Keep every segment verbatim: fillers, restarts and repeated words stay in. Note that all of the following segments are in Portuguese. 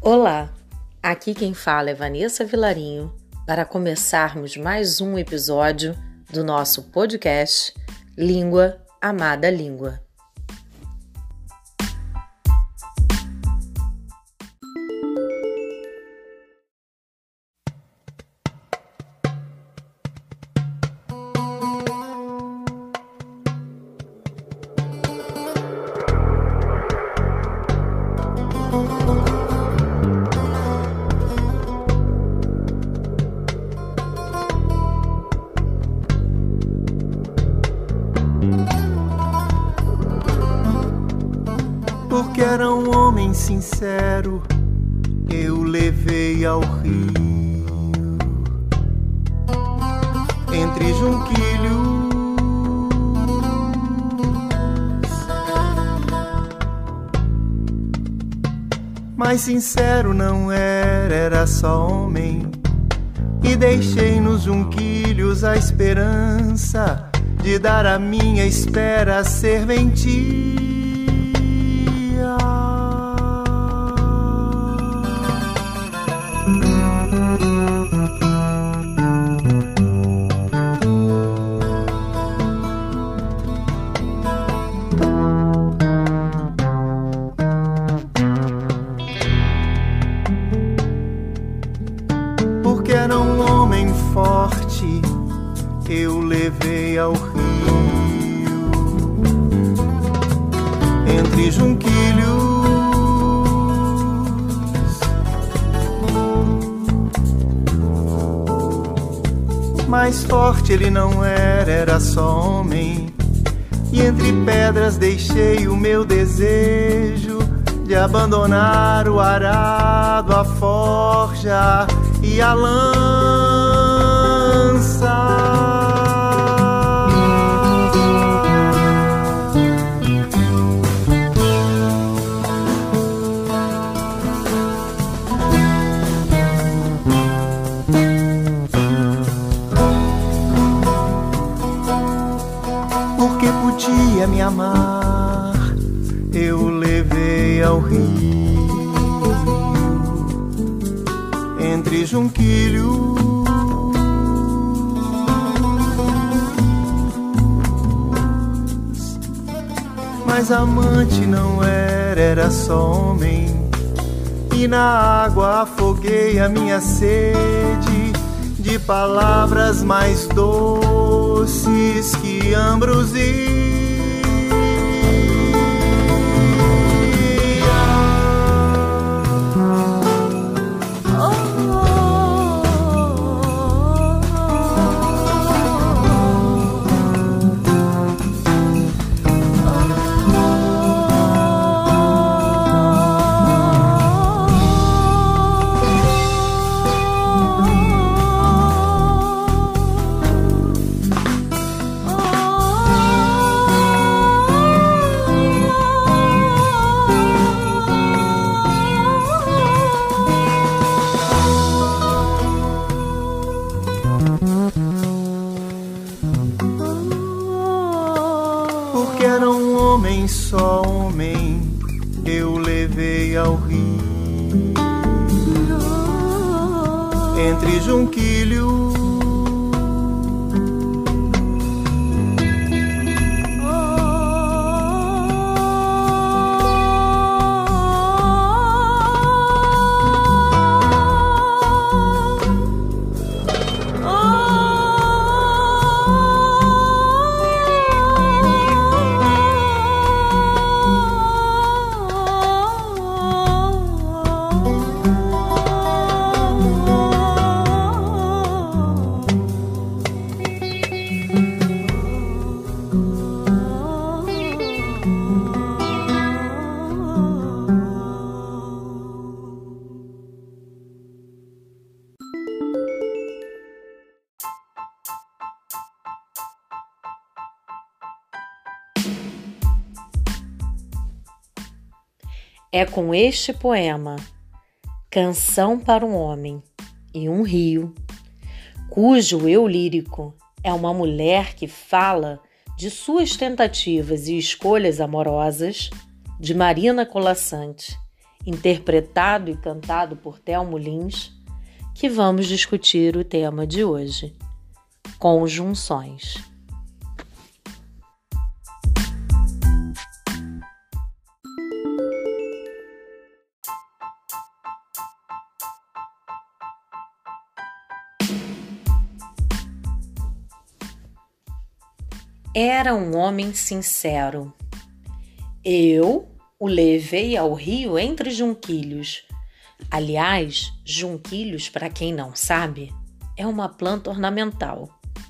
Olá, aqui quem fala é Vanessa Vilarinho para começarmos mais um episódio do nosso podcast Língua, Amada Língua. Porque era um homem sincero, eu levei ao rio, entre junquilhos. Mas sincero não era, era só homem, e deixei nos junquilhos a esperança de dar a minha espera serventia. Porque era um homem forte, eu levei ao rio, entre junquilhos. Mais forte ele não era, era só homem, e entre pedras deixei o meu desejo de abandonar o arado, a forja e a lança. Porque podia me amar, eu levei ao rio, entre junquilhos. Mas amante não era, era só homem, e na água afoguei a minha sede de palavras mais doces que ambrosia. Porque era um homem, só homem, eu levei ao rio, entre junquilhos. É com este poema, Canção para um Homem e um Rio, cujo eu lírico é uma mulher que fala de suas tentativas e escolhas amorosas, de Marina Colasanti, interpretado e cantado por Thelmo Lins, que vamos discutir o tema de hoje: conjunções. Era um homem sincero. Eu o levei ao rio entre junquilhos. Aliás, junquilhos, para quem não sabe, é uma planta ornamental.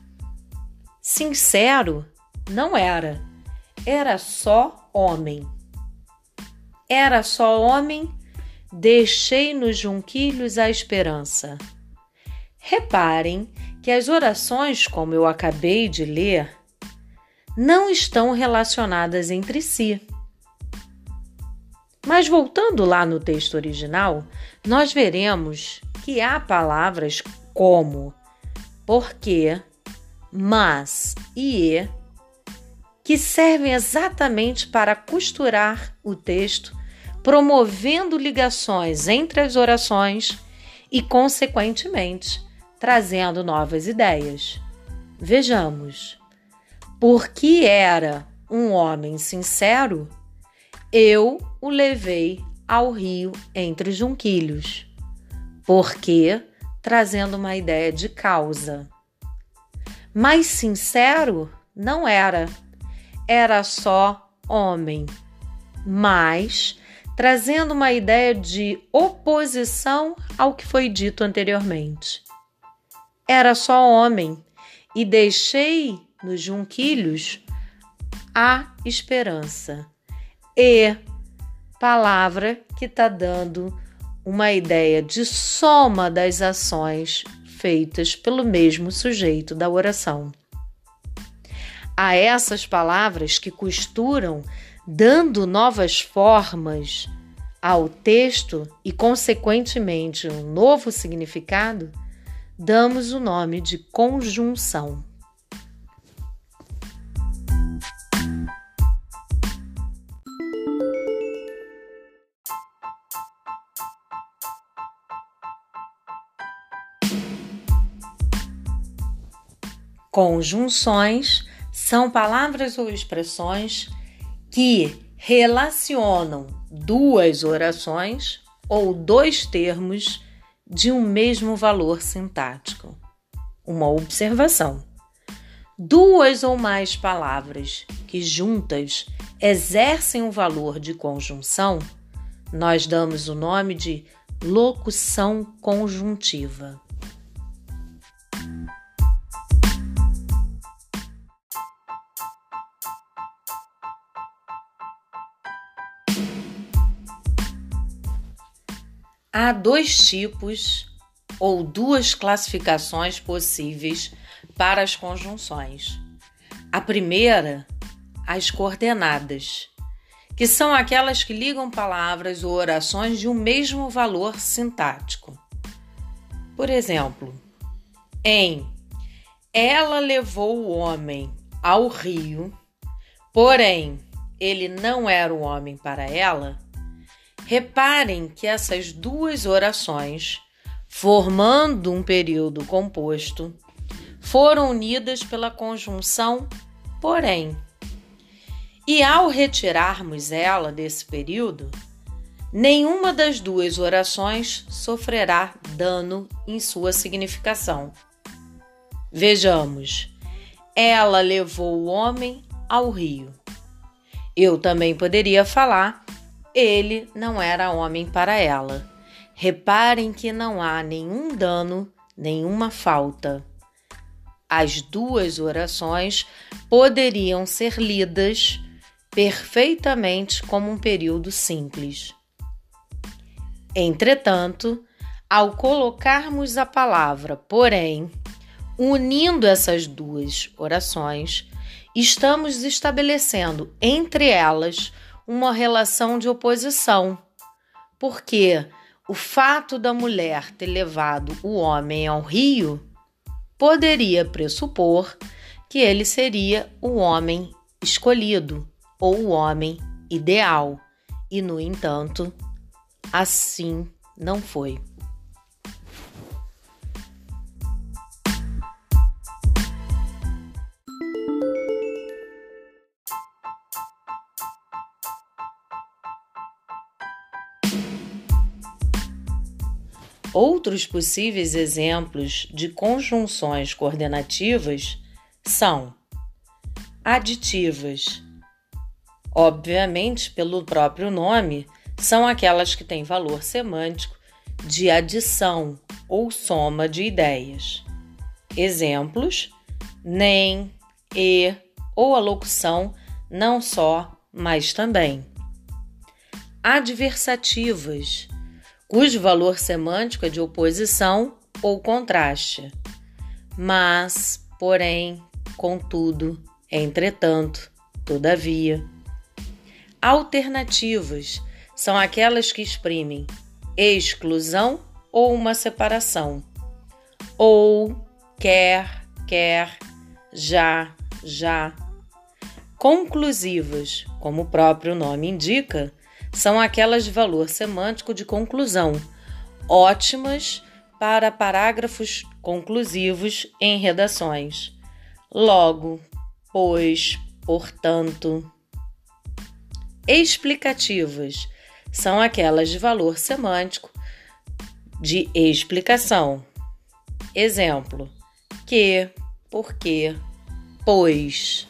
Sincero não era. Era só homem. Era só homem, deixei nos junquilhos a esperança. Reparem que as orações, como eu acabei de ler, não estão relacionadas entre si. Mas voltando lá no texto original, nós veremos que há palavras como porque, mas e e, que servem exatamente para costurar o texto, promovendo ligações entre as orações e, consequentemente, trazendo novas ideias. Vejamos. Porque era um homem sincero, eu o levei ao rio entre junquilhos. Porque, trazendo uma ideia de causa. Mas sincero não era. Era só homem. Mas, trazendo uma ideia de oposição ao que foi dito anteriormente. Era só homem e deixei nos junquilhos a esperança. E palavra que está dando uma ideia de soma das ações feitas pelo mesmo sujeito da oração. A essas palavras que costuram, dando novas formas ao texto e, consequentemente, um novo significado, damos o nome de conjunção. Conjunções são palavras ou expressões que relacionam duas orações ou dois termos de um mesmo valor sintático. Uma observação: duas ou mais palavras que juntas exercem um valor de conjunção, nós damos o nome de locução conjuntiva. Há dois tipos ou duas classificações possíveis para as conjunções. A primeira, as coordenadas, que são aquelas que ligam palavras ou orações de um mesmo valor sintático. Por exemplo, em ela levou o homem ao rio, porém ele não era o homem para ela. Reparem que essas duas orações, formando um período composto, foram unidas pela conjunção porém. E ao retirarmos ela desse período, nenhuma das duas orações sofrerá dano em sua significação. Vejamos, ela levou o homem ao rio. Eu também poderia falar ele não era homem para ela. Reparem que não há nenhum dano, nenhuma falta. As duas orações poderiam ser lidas perfeitamente como um período simples. Entretanto, ao colocarmos a palavra porém, unindo essas duas orações, estamos estabelecendo entre elas uma relação de oposição, porque o fato da mulher ter levado o homem ao rio poderia pressupor que ele seria o homem escolhido ou o homem ideal, e, no entanto, Assim não foi. Outros possíveis exemplos de conjunções coordenativas são aditivas. Obviamente, pelo próprio nome, são aquelas que têm valor semântico de adição ou soma de ideias. Exemplos: nem, e ou a locução não só, mas também. Adversativas, cujo valor semântico é de oposição ou contraste. Mas, porém, contudo, entretanto, todavia. Alternativas são aquelas que exprimem exclusão ou uma separação. Ou, quer, quer, já, já. Conclusivas, como o próprio nome indica, são aquelas de valor semântico de conclusão, ótimas para parágrafos conclusivos em redações. Logo, pois, portanto. Explicativas são aquelas de valor semântico de explicação. Exemplo: que, porque, pois.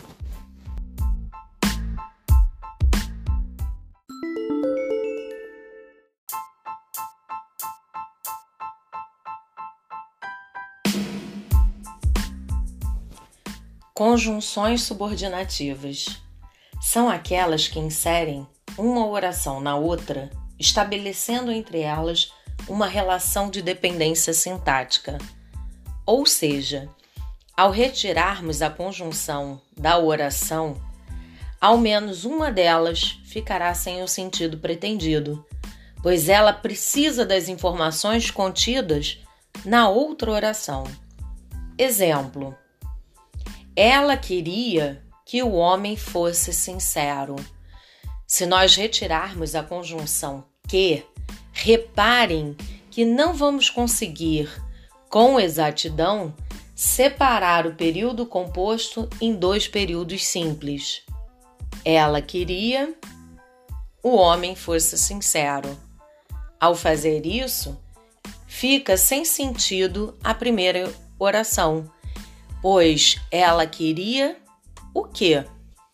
Conjunções subordinativas são aquelas que inserem uma oração na outra, estabelecendo entre elas uma relação de dependência sintática. Ou seja, ao retirarmos a conjunção da oração, ao menos uma delas ficará sem o sentido pretendido, pois ela precisa das informações contidas na outra oração. Exemplo: ela queria que o homem fosse sincero. Se nós retirarmos a conjunção que, reparem que não vamos conseguir, com exatidão, separar o período composto em dois períodos simples. Ela queria o homem fosse sincero. Ao fazer isso, fica sem sentido a primeira oração, pois ela queria o quê?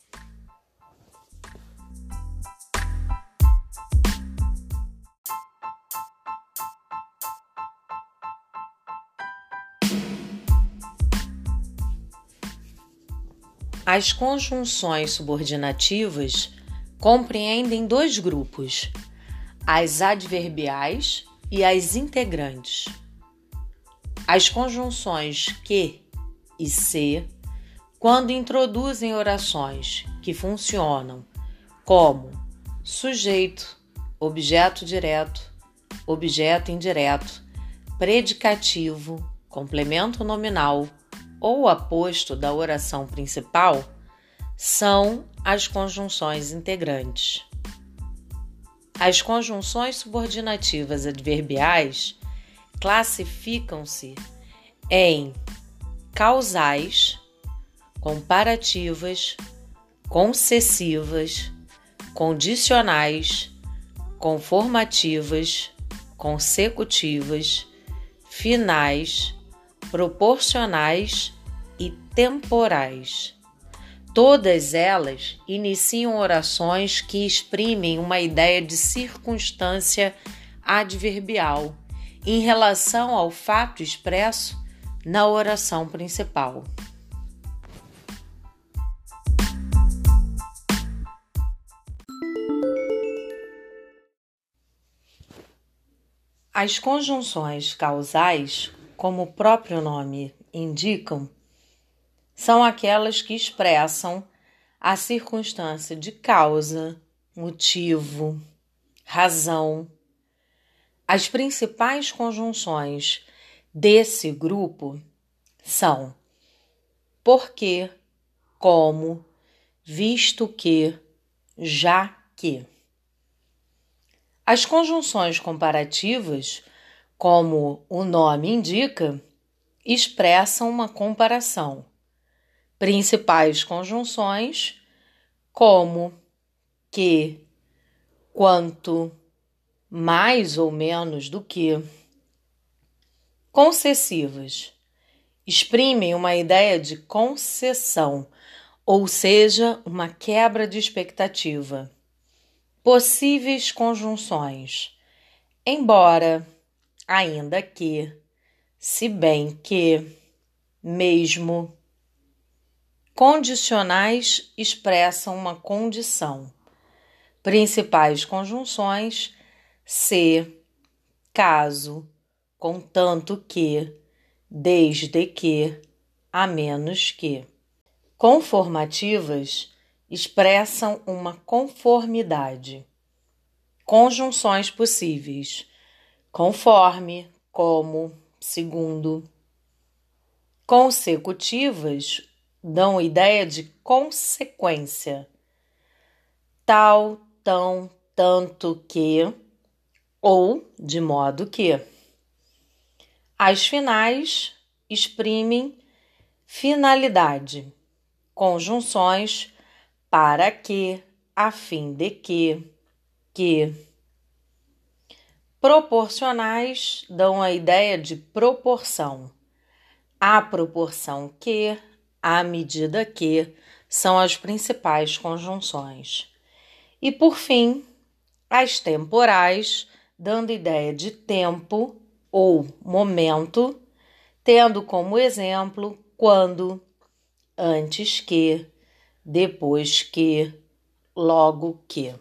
As conjunções subordinativas compreendem dois grupos: as adverbiais e as integrantes. As conjunções que e se, quando introduzem orações que funcionam como sujeito, objeto direto, objeto indireto, predicativo, complemento nominal ou aposto da oração principal, são as conjunções integrantes. As conjunções subordinativas adverbiais classificam-se em causais, comparativas, concessivas, condicionais, conformativas, consecutivas, finais, proporcionais e temporais. Todas elas iniciam orações que exprimem uma ideia de circunstância adverbial em relação ao fato expresso na oração principal. As conjunções causais, como o próprio nome indicam, são aquelas que expressam a circunstância de causa, motivo, razão. As principais conjunções desse grupo são porque, como, visto que, já que. As conjunções comparativas, como o nome indica, expressam uma comparação. Principais conjunções, como que, quanto, mais ou menos do que. Concessivas exprimem uma ideia de concessão, ou seja, uma quebra de expectativa. Possíveis conjunções: embora, ainda que, se bem que, mesmo. Condicionais expressam uma condição. Principais conjunções: se, caso, contanto que, desde que, a menos que. Conformativas expressam uma conformidade. Conjunções possíveis: conforme, como, segundo. Consecutivas dão ideia de consequência. Tal, tão, tanto que, ou de modo que. As finais exprimem finalidade. Conjunções: para que, a fim de que, que. Proporcionais dão a ideia de proporção. À proporção que, à medida que, são as principais conjunções. E, por fim, as temporais, dando ideia de tempo ou momento, tendo como exemplo quando, antes que, depois que, logo que.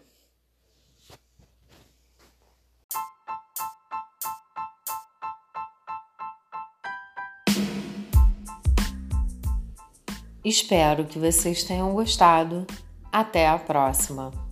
Espero que vocês tenham gostado. Até a próxima!